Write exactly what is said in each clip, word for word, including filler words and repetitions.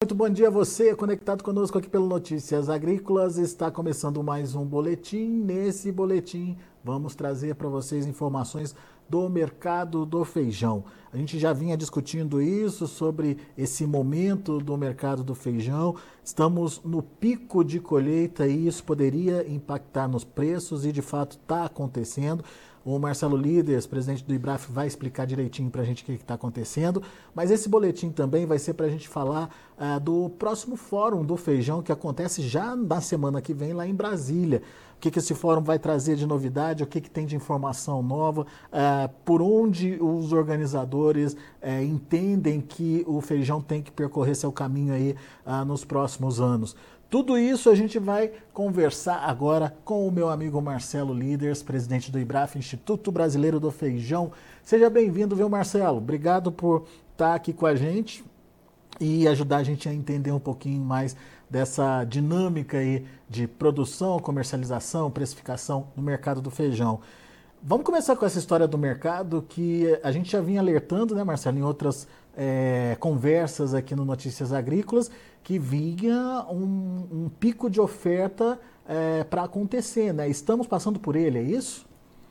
muito bom dia a você, conectado conosco aqui pelo Notícias Agrícolas. Está começando mais um boletim. Nesse boletim, vamos trazer para vocês informações do mercado do feijão. A gente já vinha discutindo isso, sobre esse momento do mercado do feijão. Estamos no pico de colheita e isso poderia impactar nos preços e, de fato, está acontecendo. O Marcelo Líderes, presidente do IBRAF, vai explicar direitinho para a gente o que está acontecendo. Mas esse boletim também vai ser para a gente falar uh, do próximo Fórum do Feijão, que acontece já na semana que vem lá em Brasília. O que, que esse fórum vai trazer de novidade, o que, que tem de informação nova, uh, por onde os organizadores uh, entendem que o feijão tem que percorrer seu caminho aí uh, nos próximos anos. Tudo isso a gente vai conversar agora com o meu amigo Marcelo Líderes, presidente do IBRAF, Instituto Brasileiro do Feijão. Seja bem-vindo, viu, Marcelo? Obrigado por estar aqui com a gente e ajudar a gente a entender um pouquinho mais dessa dinâmica aí de produção, comercialização, precificação no mercado do feijão. Vamos começar com essa história do mercado que a gente já vinha alertando, né, Marcelo, em outras é, conversas aqui no Notícias Agrícolas, que vinha um, um pico de oferta é, para acontecer, né? Estamos passando por ele, é isso?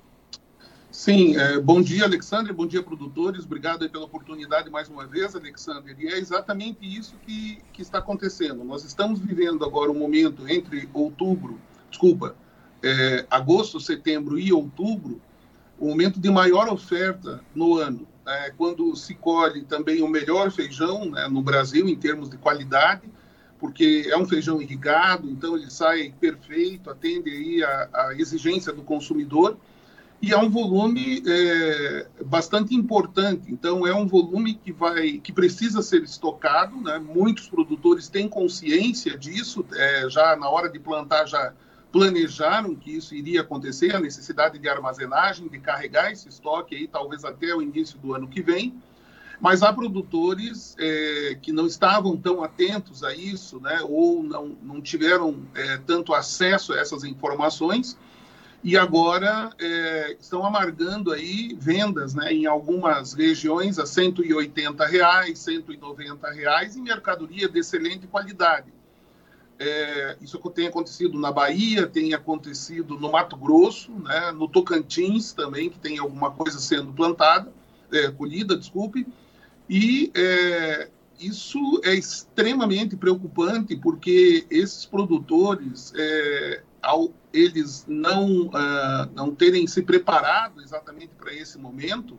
Sim, é, bom dia, Alexandre, bom dia, produtores. Obrigado aí pela oportunidade mais uma vez, Alexandre. E é exatamente isso que, que está acontecendo. Nós estamos vivendo agora um momento entre outubro, desculpa, É, agosto, setembro e outubro, o momento de maior oferta no ano, é, quando se colhe também o melhor feijão, né, no Brasil, em termos de qualidade, porque é um feijão irrigado, então ele sai perfeito, atende aí a, a exigência do consumidor, e é um volume é, bastante importante. Então é um volume que vai, que precisa ser estocado, né? Muitos produtores têm consciência disso, é, já na hora de plantar já planejaram que isso iria acontecer, a necessidade de armazenagem, de carregar esse estoque aí, talvez até o início do ano que vem, mas há produtores é, que não estavam tão atentos a isso, né, ou não, não tiveram é, tanto acesso a essas informações, e agora é, estão amargando aí vendas, né, em algumas regiões a cento e oitenta reais, cento e noventa reais, em mercadoria de excelente qualidade. É, isso tem acontecido na Bahia, tem acontecido no Mato Grosso, né, no Tocantins também, que tem alguma coisa sendo plantada, é, colhida, desculpe, e é, isso é extremamente preocupante, porque esses produtores, é, ao eles não, uh, não terem se preparado exatamente para esse momento,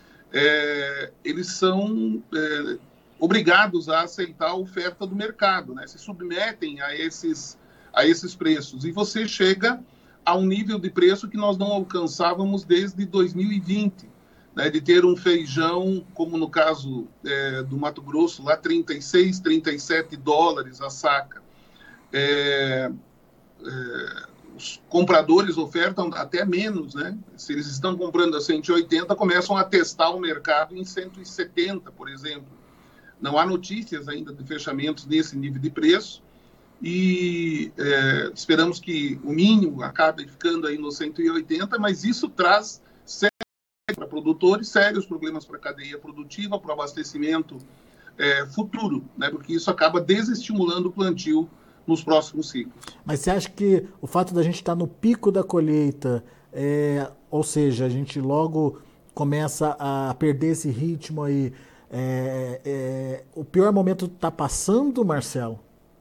é, eles são... É, obrigados a aceitar a oferta do mercado, né? Se submetem a esses, a esses preços. E você chega a um nível de preço que nós não alcançávamos desde dois mil e vinte, né? De ter um feijão, como no caso é, do Mato Grosso, lá trinta e seis, trinta e sete dólares a saca. É, é, os compradores ofertam até menos, né? Se eles estão comprando a cento e oitenta, começam a testar o mercado em cento e setenta, por exemplo. Não há notícias ainda de fechamentos nesse nível de preço e é, esperamos que o mínimo acabe ficando aí no cento e oitenta, mas isso traz sérios para produtores, sérios problemas para a cadeia produtiva, para o abastecimento é, futuro, né? Porque isso acaba desestimulando o plantio nos próximos ciclos. Mas você acha que o fato da gente estar no pico da colheita, é, ou seja, a gente logo começa a perder esse ritmo aí, É, é, o pior momento está passando, Marcelo?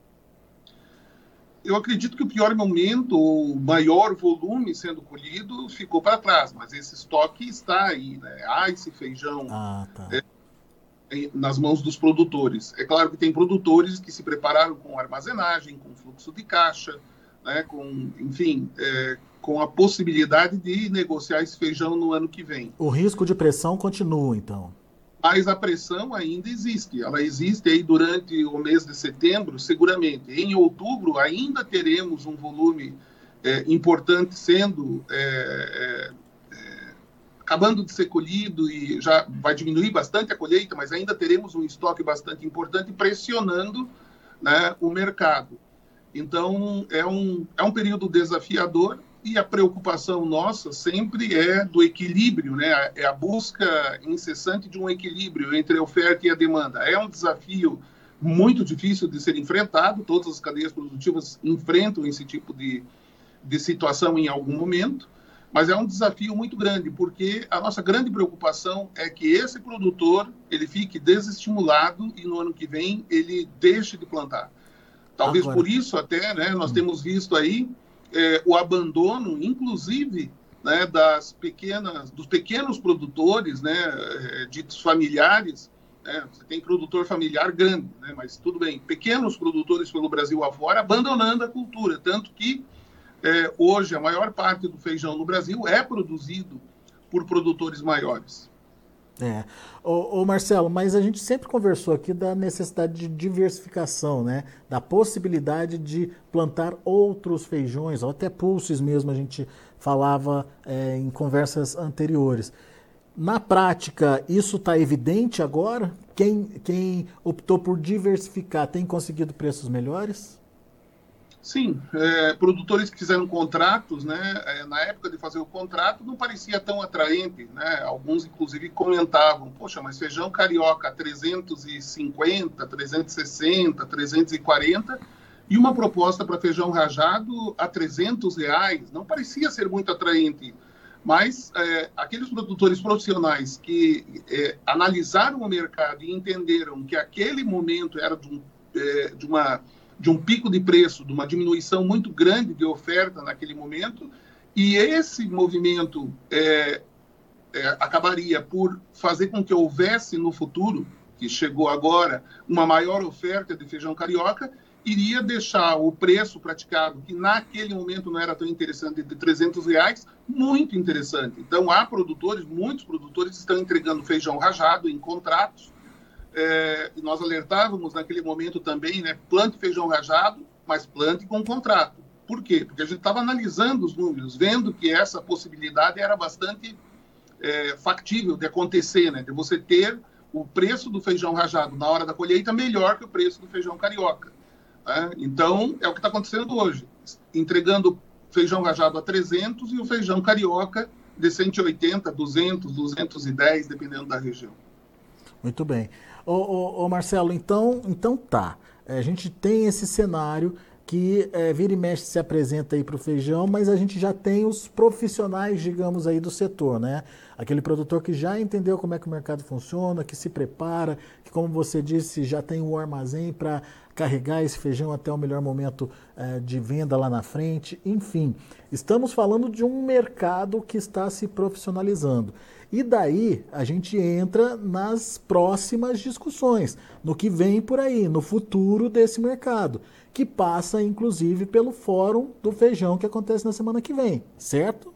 Eu acredito que o pior momento, o maior volume sendo colhido, ficou para trás, mas esse estoque está aí, né? Há esse feijão ah, tá. é, nas mãos dos produtores. É claro que tem produtores que se prepararam com armazenagem, com fluxo de caixa, né? com, enfim, é, com a possibilidade de negociar esse feijão no ano que vem. O risco de pressão continua, então? Mas a pressão ainda existe. Ela existe aí durante o mês de setembro, seguramente. Em outubro, ainda teremos um volume é, importante sendo... É, é, acabando de ser colhido e já vai diminuir bastante a colheita, mas ainda teremos um estoque bastante importante pressionando, né, o mercado. Então, é um, é um período desafiador. E a preocupação nossa sempre é do equilíbrio, né? É a busca incessante de um equilíbrio entre a oferta e a demanda. É um desafio muito difícil de ser enfrentado, todas as cadeias produtivas enfrentam esse tipo de, de situação em algum momento, mas é um desafio muito grande, porque a nossa grande preocupação é que esse produtor ele fique desestimulado e no ano que vem ele deixe de plantar. Talvez Agora. por isso até, né, nós hum. temos visto aí é, o abandono, inclusive, né, das pequenas, dos pequenos produtores, né, ditos familiares. Né, você tem produtor familiar grande, né, mas tudo bem, pequenos produtores pelo Brasil afora abandonando a cultura, tanto que É, hoje, a maior parte do feijão no Brasil é produzido por produtores maiores. É. Ô, ô Marcelo, mas a gente sempre conversou aqui da necessidade de diversificação, né? Da possibilidade de plantar outros feijões, ou até pulses mesmo, a gente falava é, em conversas anteriores. Na prática, isso está evidente agora? Quem, quem optou por diversificar tem conseguido preços melhores? Sim, é, produtores que fizeram contratos, né, é, na época de fazer o contrato não parecia tão atraente, né, alguns inclusive comentavam, poxa, mas feijão carioca trezentos e cinquenta, trezentos e sessenta, trezentos e quarenta e uma proposta para feijão rajado a trezentos reais, não parecia ser muito atraente, mas é, aqueles produtores profissionais que é, analisaram o mercado e entenderam que aquele momento era de, um, é, de uma... de um pico de preço, de uma diminuição muito grande de oferta naquele momento, e esse movimento é, é, acabaria por fazer com que houvesse no futuro, que chegou agora, uma maior oferta de feijão carioca, iria deixar o preço praticado, que naquele momento não era tão interessante, de trezentos reais, muito interessante. Então, há produtores, muitos produtores estão entregando feijão rajado em contratos. É, e nós alertávamos naquele momento também, né, plante feijão rajado, mas plante com contrato. Por quê? Porque a gente estava analisando os números, vendo que essa possibilidade era bastante é, factível de acontecer, né, de você ter o preço do feijão rajado na hora da colheita melhor que o preço do feijão carioca. Né? Então, é o que está acontecendo hoje, entregando feijão rajado a trezentos e o feijão carioca de cento e oitenta, duzentos, duzentos e dez, dependendo da região. Muito bem. Ô, ô, ô Marcelo, então, então tá. A gente tem esse cenário que é, vira e mexe se apresenta aí para o feijão, mas a gente já tem os profissionais, digamos, aí do setor, né? Aquele produtor que já entendeu como é que o mercado funciona, que se prepara, que, como você disse, já tem um armazém para carregar esse feijão até o melhor momento é, de venda lá na frente. Enfim, estamos falando de um mercado que está se profissionalizando. E daí a gente entra nas próximas discussões, no que vem por aí, no futuro desse mercado, que passa inclusive pelo Fórum do Feijão que acontece na semana que vem, certo?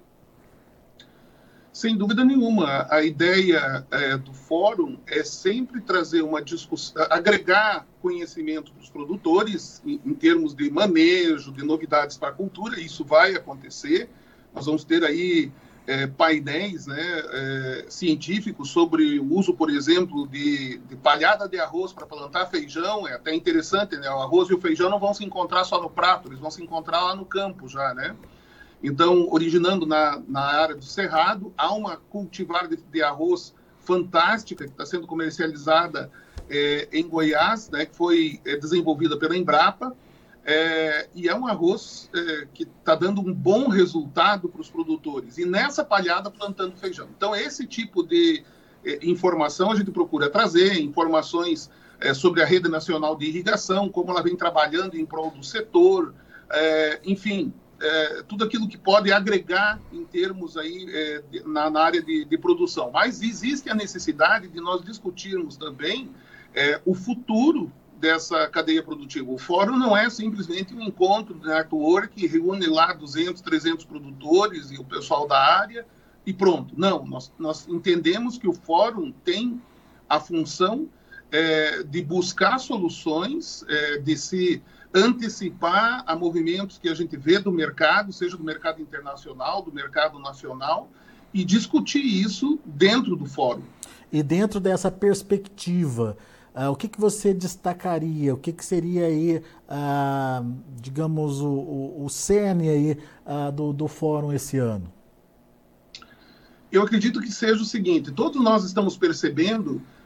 Sem dúvida nenhuma. A ideia é, do fórum é sempre trazer uma discussão, agregar conhecimento para os produtores em, em termos de manejo, de novidades para a cultura. Isso vai acontecer. Nós vamos ter aí é, painéis, né, é, científicos sobre o uso, por exemplo, de, de palhada de arroz para plantar feijão. É até interessante, né? O arroz e o feijão não vão se encontrar só no prato, eles vão se encontrar lá no campo já, né? Então, originando na, na área do Cerrado, há uma cultivar de, de arroz fantástica que está sendo comercializada é, em Goiás, né, que foi é, desenvolvida pela Embrapa, é, e é um arroz é, que está dando um bom resultado para os produtores. E nessa palhada, plantando feijão. Então, esse tipo de é, informação a gente procura trazer, informações é, sobre a Rede Nacional de Irrigação, como ela vem trabalhando em prol do setor, é, enfim... É, tudo aquilo que pode agregar em termos aí é, na, na área de, de produção. Mas existe a necessidade de nós discutirmos também é, o futuro dessa cadeia produtiva. O fórum não é simplesmente um encontro de network que reúne lá duzentos, trezentos produtores e o pessoal da área e pronto. Não, nós, nós entendemos que o fórum tem a função é, de buscar soluções, é, de se antecipar a movimentos que a gente vê do mercado, seja do mercado internacional, do mercado nacional, e discutir isso dentro do fórum. E dentro dessa perspectiva, uh, o que, que você destacaria? O que, que seria aí, uh, digamos, o, o, o cerne aí, uh, do, do fórum esse ano? Eu acredito que seja o seguinte: todos nós estamos percebendo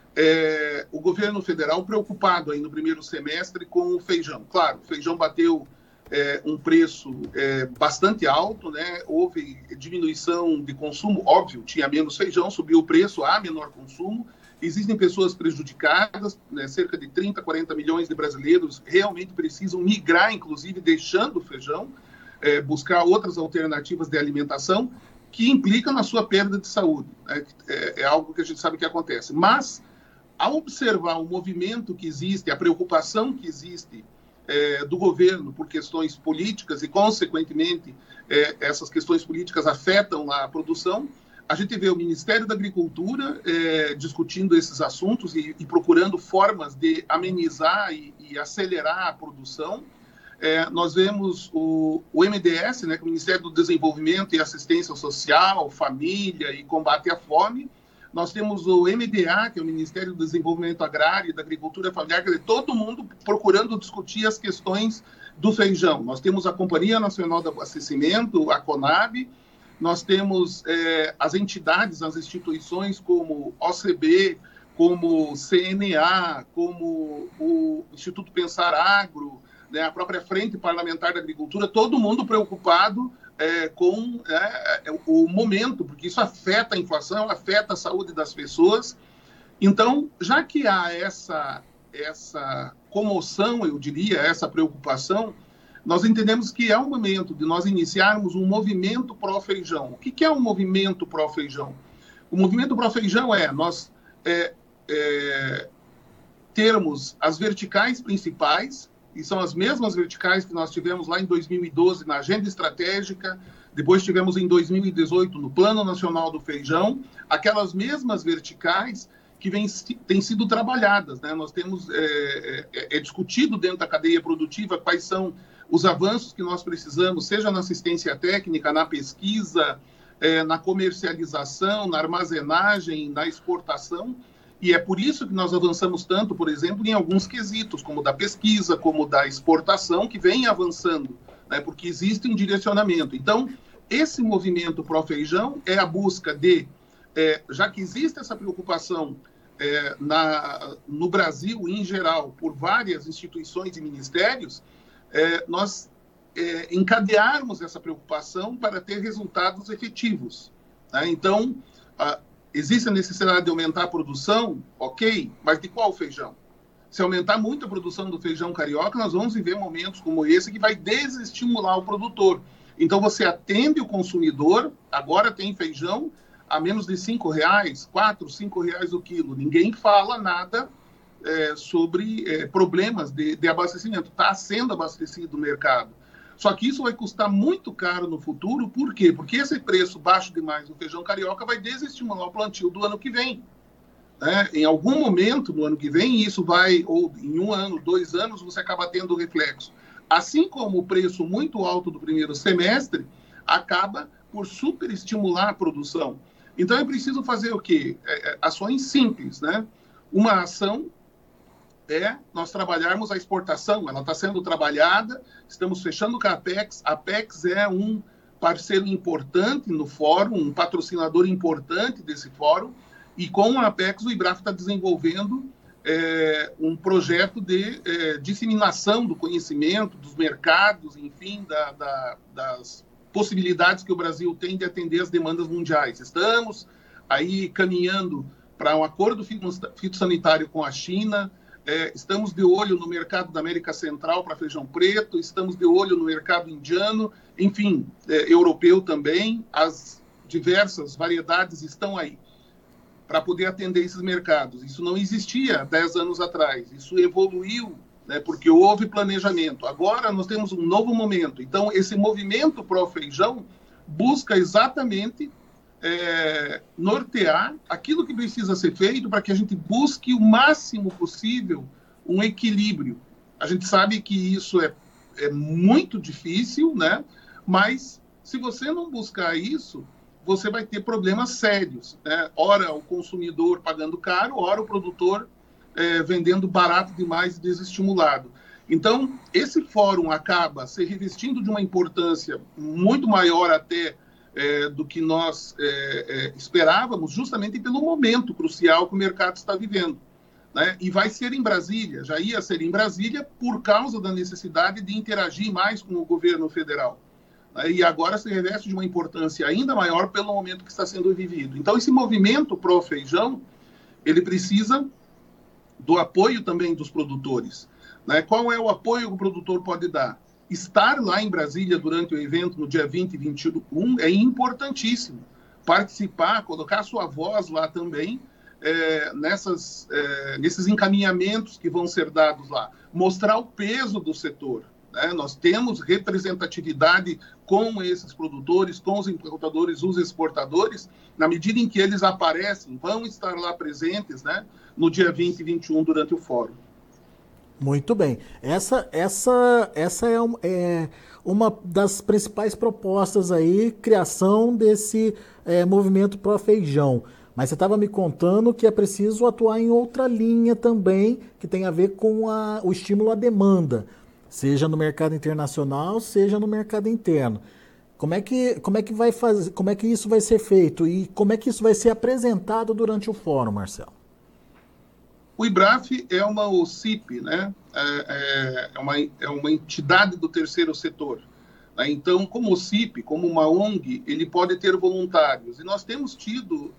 é, o governo federal preocupado aí no primeiro semestre com o feijão. Claro, o feijão bateu é, um preço é, bastante alto, né? Houve diminuição de consumo, óbvio, tinha menos feijão, subiu o preço, há menor consumo. Existem pessoas prejudicadas, né? Cerca de trinta, quarenta milhões de brasileiros realmente precisam migrar, inclusive deixando o feijão, é, buscar outras alternativas de alimentação, que implicam na sua perda de saúde. Né? É, é algo que a gente sabe que acontece. Mas, ao observar o movimento que existe, a preocupação que existe é, do governo por questões políticas e, consequentemente, é, essas questões políticas afetam a produção, a gente vê o Ministério da Agricultura é, discutindo esses assuntos e, e procurando formas de amenizar e, e acelerar a produção. É, nós vemos o, o M D S, né, que é o Ministério do Desenvolvimento e Assistência Social, Família e Combate à Fome. Nós temos o M D A, que é o Ministério do Desenvolvimento Agrário e da Agricultura Familiar, quer dizer, todo mundo procurando discutir as questões do feijão. Nós temos a Companhia Nacional de Abastecimento, a CONAB. Nós temos é, as entidades, as instituições como O C B, como C N A, como o Instituto Pensar Agro, né, a própria Frente Parlamentar da Agricultura, todo mundo preocupado é, com é, o momento, porque isso afeta a inflação, afeta a saúde das pessoas. Então, já que há essa, essa comoção, eu diria, essa preocupação, nós entendemos que é o momento de nós iniciarmos um movimento pró-feijão. O que é um movimento pró-feijão? O movimento pró-feijão é nós é, é, termos as verticais principais, e são as mesmas verticais que nós tivemos lá em dois mil e doze na Agenda Estratégica, depois tivemos em dois mil e dezoito no Plano Nacional do Feijão, aquelas mesmas verticais que vem, têm sido trabalhadas, né? Nós temos é, é, é discutido dentro da cadeia produtiva quais são os avanços que nós precisamos, seja na assistência técnica, na pesquisa, é, na comercialização, na armazenagem, na exportação, e é por isso que nós avançamos tanto, por exemplo, em alguns quesitos, como da pesquisa, como da exportação, que vem avançando, né? Porque existe um direcionamento. Então, esse movimento pró-feijão é a busca de, é, já que existe essa preocupação é, na, no Brasil, em geral, por várias instituições e ministérios, É, nós é, encadearmos essa preocupação para ter resultados efetivos. Né? Então, a, existe a necessidade de aumentar a produção, ok, mas de qual feijão? Se aumentar muito a produção do feijão carioca, nós vamos viver momentos como esse que vai desestimular o produtor. Então, você atende o consumidor, agora tem feijão a menos de cinco reais, quatro, cinco reais o quilo. Ninguém fala nada É, sobre é, problemas de, de abastecimento. Está sendo abastecido o mercado. Só que isso vai custar muito caro no futuro. Por quê? Porque esse preço baixo demais do feijão carioca vai desestimular o plantio do ano que vem. Né? Em algum momento no ano que vem, isso vai, ou em um ano, dois anos, você acaba tendo reflexo. Assim como o preço muito alto do primeiro semestre acaba por superestimular a produção. Então é preciso fazer o quê? É, é, ações simples, né? Uma ação é nós trabalharmos a exportação, ela está sendo trabalhada, estamos fechando com a Apex, a Apex é um parceiro importante no fórum, um patrocinador importante desse fórum, e com a Apex o IBRAF está desenvolvendo é, um projeto de é, disseminação do conhecimento, dos mercados, enfim, da, da, das possibilidades que o Brasil tem de atender as demandas mundiais. Estamos aí caminhando para um acordo fitossanitário com a China, É, estamos de olho no mercado da América Central para feijão preto, estamos de olho no mercado indiano, enfim, é, europeu também. As diversas variedades estão aí para poder atender esses mercados. Isso não existia dez anos atrás, isso evoluiu, né, porque houve planejamento. Agora nós temos um novo momento. Então, esse movimento pró-feijão busca exatamente É, nortear aquilo que precisa ser feito para que a gente busque o máximo possível um equilíbrio. A gente sabe que isso é, é muito difícil, né? Mas se você não buscar isso, você vai ter problemas sérios, né? Ora o consumidor pagando caro, ora o produtor é, vendendo barato demais e desestimulado. Então, esse fórum acaba se revestindo de uma importância muito maior até é, do que nós é, é, esperávamos, justamente pelo momento crucial que o mercado está vivendo. Né? E vai ser em Brasília, já ia ser em Brasília por causa da necessidade de interagir mais com o governo federal. Né? E agora se reveste de uma importância ainda maior pelo momento que está sendo vivido. Então, esse movimento pró-feijão, ele precisa do apoio também dos produtores. Né? Qual é o apoio que o produtor pode dar? Estar lá em Brasília durante o evento, no dia vinte e vinte e um, é importantíssimo. Participar, colocar a sua voz lá também, É, nessas, é, nesses encaminhamentos que vão ser dados lá, mostrar o peso do setor. Né? Nós temos representatividade com esses produtores, com os importadores, os exportadores, na medida em que eles aparecem, vão estar lá presentes, né, no dia vinte e vinte e um, durante o fórum. Muito bem. Essa, essa, essa é, um, é uma das principais propostas aí, criação desse é, movimento pró-feijão. Mas você estava me contando que é preciso atuar em outra linha também, que tem a ver com a, o estímulo à demanda, seja no mercado internacional, seja no mercado interno. Como é que, como é que vai fazer, como é que isso vai ser feito e como é que isso vai ser apresentado durante o fórum, Marcelo? O IBRAF é uma O C I P, né? é, é, uma, é uma entidade do terceiro setor. Então, como o C I P, como uma O N G, ele pode ter voluntários. E nós temos tido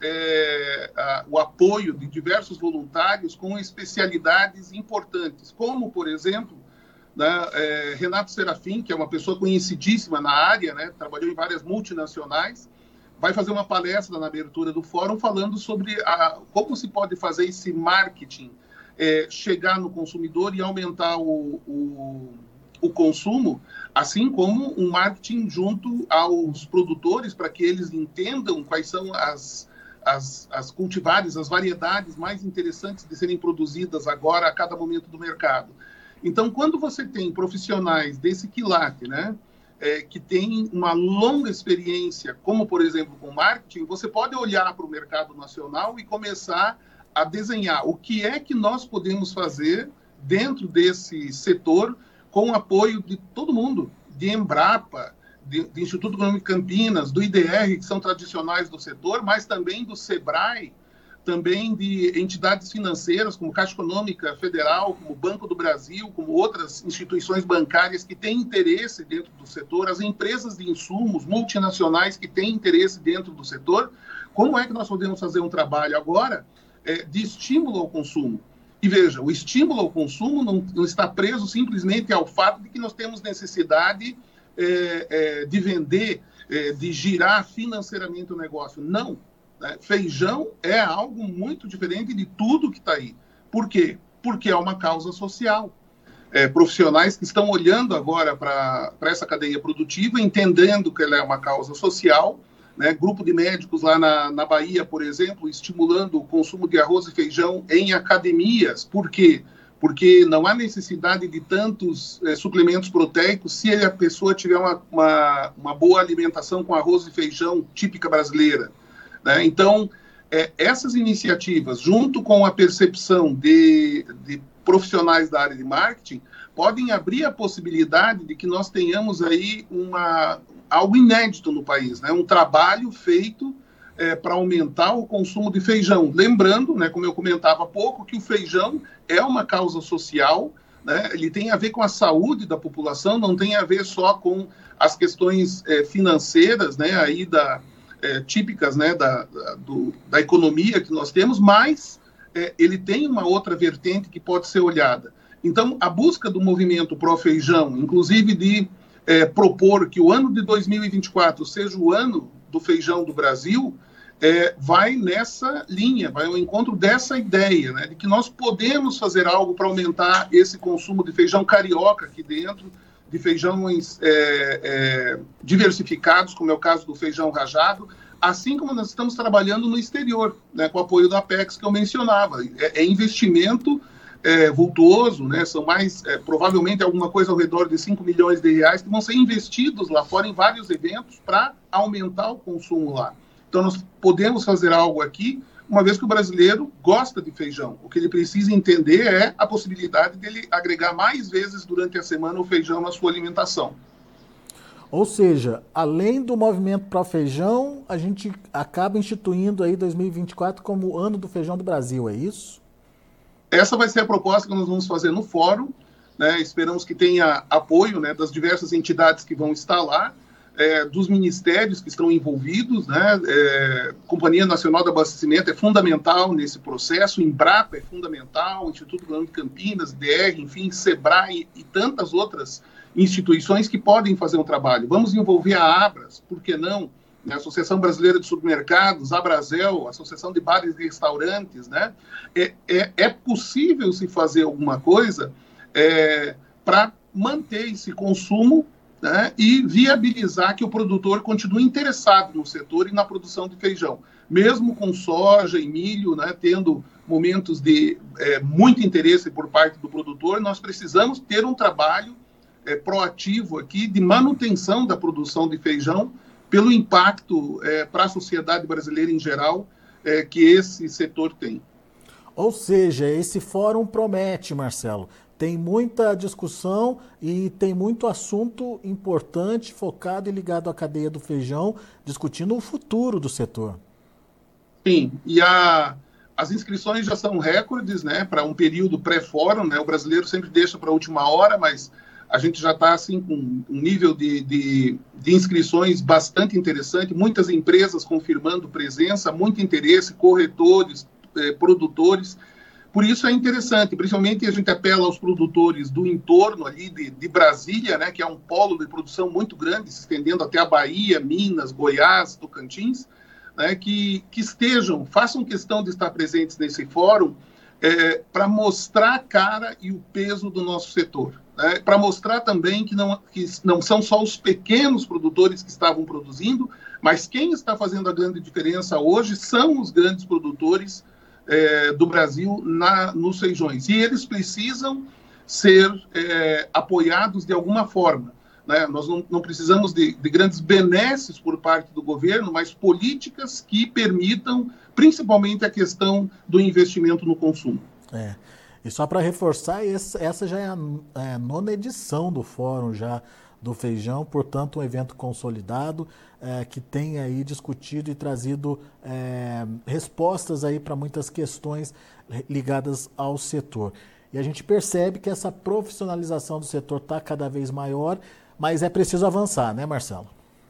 é, a, o apoio de diversos voluntários com especialidades importantes, como, por exemplo, né, é, Renato Serafim, que é uma pessoa conhecidíssima na área, né, trabalhou em várias multinacionais, vai fazer uma palestra na abertura do fórum falando sobre a, como se pode fazer esse marketing, é, chegar no consumidor e aumentar o... o o consumo, assim como um marketing junto aos produtores, para que eles entendam quais são as, as, as cultivares, as variedades mais interessantes de serem produzidas agora a cada momento do mercado. Então, quando você tem profissionais desse quilate, né, é, que tem uma longa experiência, como, por exemplo, com marketing, você pode olhar para o mercado nacional e começar a desenhar o que é que nós podemos fazer dentro desse setor, com o apoio de todo mundo, de Embrapa, de, de Instituto Econômico de Campinas, do I D R, que são tradicionais do setor, mas também do SEBRAE, também de entidades financeiras, como Caixa Econômica Federal, como Banco do Brasil, como outras instituições bancárias que têm interesse dentro do setor, as empresas de insumos multinacionais que têm interesse dentro do setor. Como é que nós podemos fazer um trabalho agora é, de estímulo ao consumo? E veja, o estímulo ao consumo não, não está preso simplesmente ao fato de que nós temos necessidade é, é, de vender, é, de girar financeiramente o negócio. Não. Né? Feijão é algo muito diferente de tudo que está aí. Por quê? Porque é uma causa social. É, profissionais que estão olhando agora para essa cadeia produtiva, entendendo que ela é uma causa social, né? Grupo de médicos lá na, na Bahia, por exemplo, estimulando o consumo de arroz e feijão em academias. Por quê? Porque não há necessidade de tantos é, suplementos proteicos se a pessoa tiver uma, uma, uma boa alimentação com arroz e feijão típica brasileira. Né? Então, é, essas iniciativas, junto com a percepção de, de profissionais da área de marketing, podem abrir a possibilidade de que nós tenhamos aí uma... algo inédito no país, né? Um trabalho feito é, para aumentar o consumo de feijão. Lembrando, né, como eu comentava há pouco, que o feijão é uma causa social, né? Ele tem a ver com a saúde da população, não tem a ver só com as questões é, financeiras, né, aí da, é, típicas, né, da, da, do, da economia que nós temos, mas é, ele tem uma outra vertente que pode ser olhada. Então, a busca do movimento pró-feijão, inclusive de É, propor que o ano de dois mil e vinte e quatro seja o ano do feijão do Brasil, é, vai nessa linha, vai ao encontro dessa ideia, né, de que nós podemos fazer algo para aumentar esse consumo de feijão carioca aqui dentro, de feijões é, é, diversificados, como é o caso do feijão rajado, assim como nós estamos trabalhando no exterior, né, com o apoio da Apex que eu mencionava. É, é investimento É, vultuoso, né? São mais, é, provavelmente, alguma coisa ao redor de cinco milhões de reais que vão ser investidos lá fora em vários eventos para aumentar o consumo lá. Então, nós podemos fazer algo aqui, uma vez que o brasileiro gosta de feijão. O que ele precisa entender é a possibilidade dele agregar mais vezes durante a semana o feijão na sua alimentação. Ou seja, além do movimento Pro Feijão, a gente acaba instituindo aí dois mil e vinte e quatro como ano do feijão do Brasil, é isso? Essa vai ser a proposta que nós vamos fazer no fórum, né? Esperamos que tenha apoio, né, das diversas entidades que vão estar lá, é, dos ministérios que estão envolvidos, né? É, Companhia Nacional de Abastecimento é fundamental nesse processo, Embrapa é fundamental, Instituto Rural de Campinas, D R, enfim, Sebrae e tantas outras instituições que podem fazer um trabalho. Vamos envolver a Abras, por que não? A Associação Brasileira de Supermercados, a Abrazel, a Associação de Bares e Restaurantes, né? É, é, é possível se fazer alguma coisa é, para manter esse consumo, né, e viabilizar que o produtor continue interessado no setor e na produção de feijão. Mesmo com soja e milho, né, tendo momentos de é, muito interesse por parte do produtor, nós precisamos ter um trabalho é, proativo aqui de manutenção da produção de feijão pelo impacto é, para a sociedade brasileira em geral é, que esse setor tem. Ou seja, esse fórum promete, Marcelo. Tem muita discussão e tem muito assunto importante focado e ligado à cadeia do feijão, discutindo o futuro do setor. Sim, e a, as inscrições já são recordes, né, para um período pré-fórum, né? O brasileiro sempre deixa para a última hora, mas a gente já está assim, com um nível de, de, de inscrições bastante interessante, muitas empresas confirmando presença, muito interesse, corretores, eh, produtores. Por isso é interessante, principalmente a gente apela aos produtores do entorno ali de, de Brasília, né, que é um polo de produção muito grande, se estendendo até a Bahia, Minas, Goiás, Tocantins, né, que, que estejam, façam questão de estar presentes nesse fórum é, para mostrar a cara e o peso do nosso setor. Né, para mostrar também que não, que não são só os pequenos produtores que estavam produzindo, mas quem está fazendo a grande diferença hoje são os grandes produtores É, do Brasil na, nos feijões. E eles precisam ser é, apoiados de alguma forma. Né? Nós não, não precisamos de, de grandes benesses por parte do governo, mas políticas que permitam, principalmente, a questão do investimento no consumo. É. E só para reforçar, essa, essa já é a, é a nona edição do Fórum já do Feijão, portanto um evento consolidado é, que tem aí discutido e trazido é, respostas aí para muitas questões ligadas ao setor. E a gente percebe que essa profissionalização do setor está cada vez maior, mas é preciso avançar, né, Marcelo?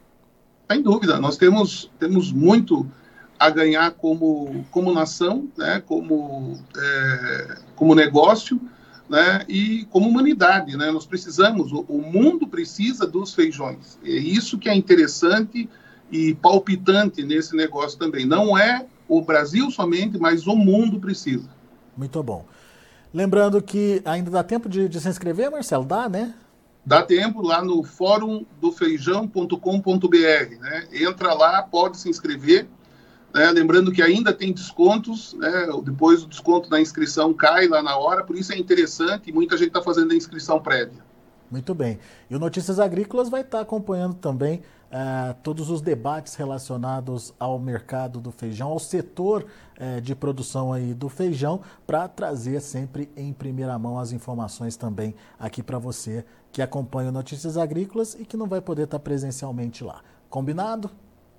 Sem dúvida, nós temos, temos muito a ganhar como, como nação, né, como, é, como negócio, né, e como humanidade, né, nós precisamos, o, o mundo precisa dos feijões. É isso que é interessante e palpitante nesse negócio também. Não é o Brasil somente, mas o mundo precisa. Muito bom. Lembrando que ainda dá tempo de, de se inscrever, Marcelo? Dá, né? Dá tempo lá no fórum do feijão ponto com ponto b r, né? Entra lá, pode se inscrever. Né? Lembrando que ainda tem descontos, né? Depois o desconto da inscrição cai lá na hora, por isso é interessante e muita gente está fazendo a inscrição prévia. Muito bem. E o Notícias Agrícolas vai estar acompanhando também uh, todos os debates relacionados ao mercado do feijão, ao setor uh, de produção aí do feijão, para trazer sempre em primeira mão as informações também aqui para você que acompanha o Notícias Agrícolas e que não vai poder estar presencialmente lá. Combinado?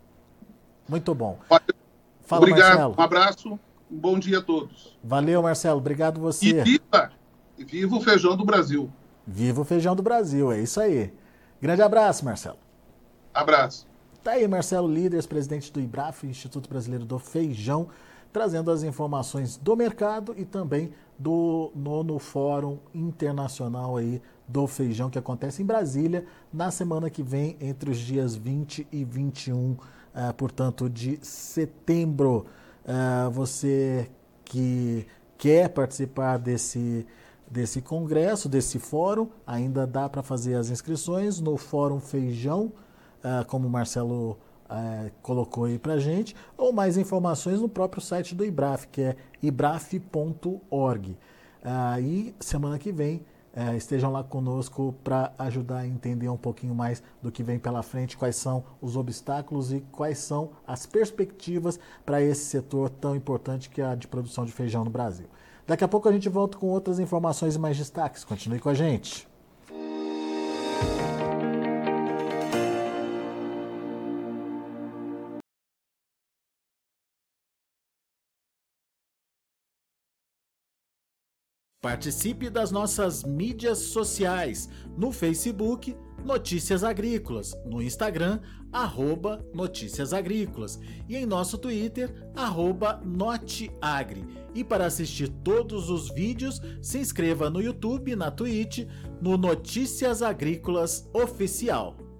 Muito bom. Fala, obrigado, Marcelo. Um abraço, um bom dia a todos. Valeu, Marcelo. Obrigado você. E viva, viva o feijão do Brasil. Viva o feijão do Brasil, é isso aí. Grande abraço, Marcelo. Abraço. Tá aí, Marcelo Líderes, presidente do IBRAF, Instituto Brasileiro do Feijão, trazendo as informações do mercado e também do nono Fórum Internacional aí do Feijão, que acontece em Brasília na semana que vem, entre os dias vinte e vinte e um, uh, portanto, de setembro. Uh, você que quer participar desse, desse congresso, desse fórum, ainda dá para fazer as inscrições no Fórum Feijão, uh, como o Marcelo uh, colocou aí para gente, ou mais informações no próprio site do IBRAF, que é ibraf ponto org. Uh, e semana que vem, É, estejam lá conosco para ajudar a entender um pouquinho mais do que vem pela frente, quais são os obstáculos e quais são as perspectivas para esse setor tão importante que é a de produção de feijão no Brasil. Daqui a pouco a gente volta com outras informações e mais destaques. Continue com a gente. Participe das nossas mídias sociais, no Facebook, Notícias Agrícolas, no Instagram, arroba Notícias Agrícolas e em nosso Twitter, arroba Noteagri. E para assistir todos os vídeos, se inscreva no YouTube, na Twitch, no Notícias Agrícolas Oficial.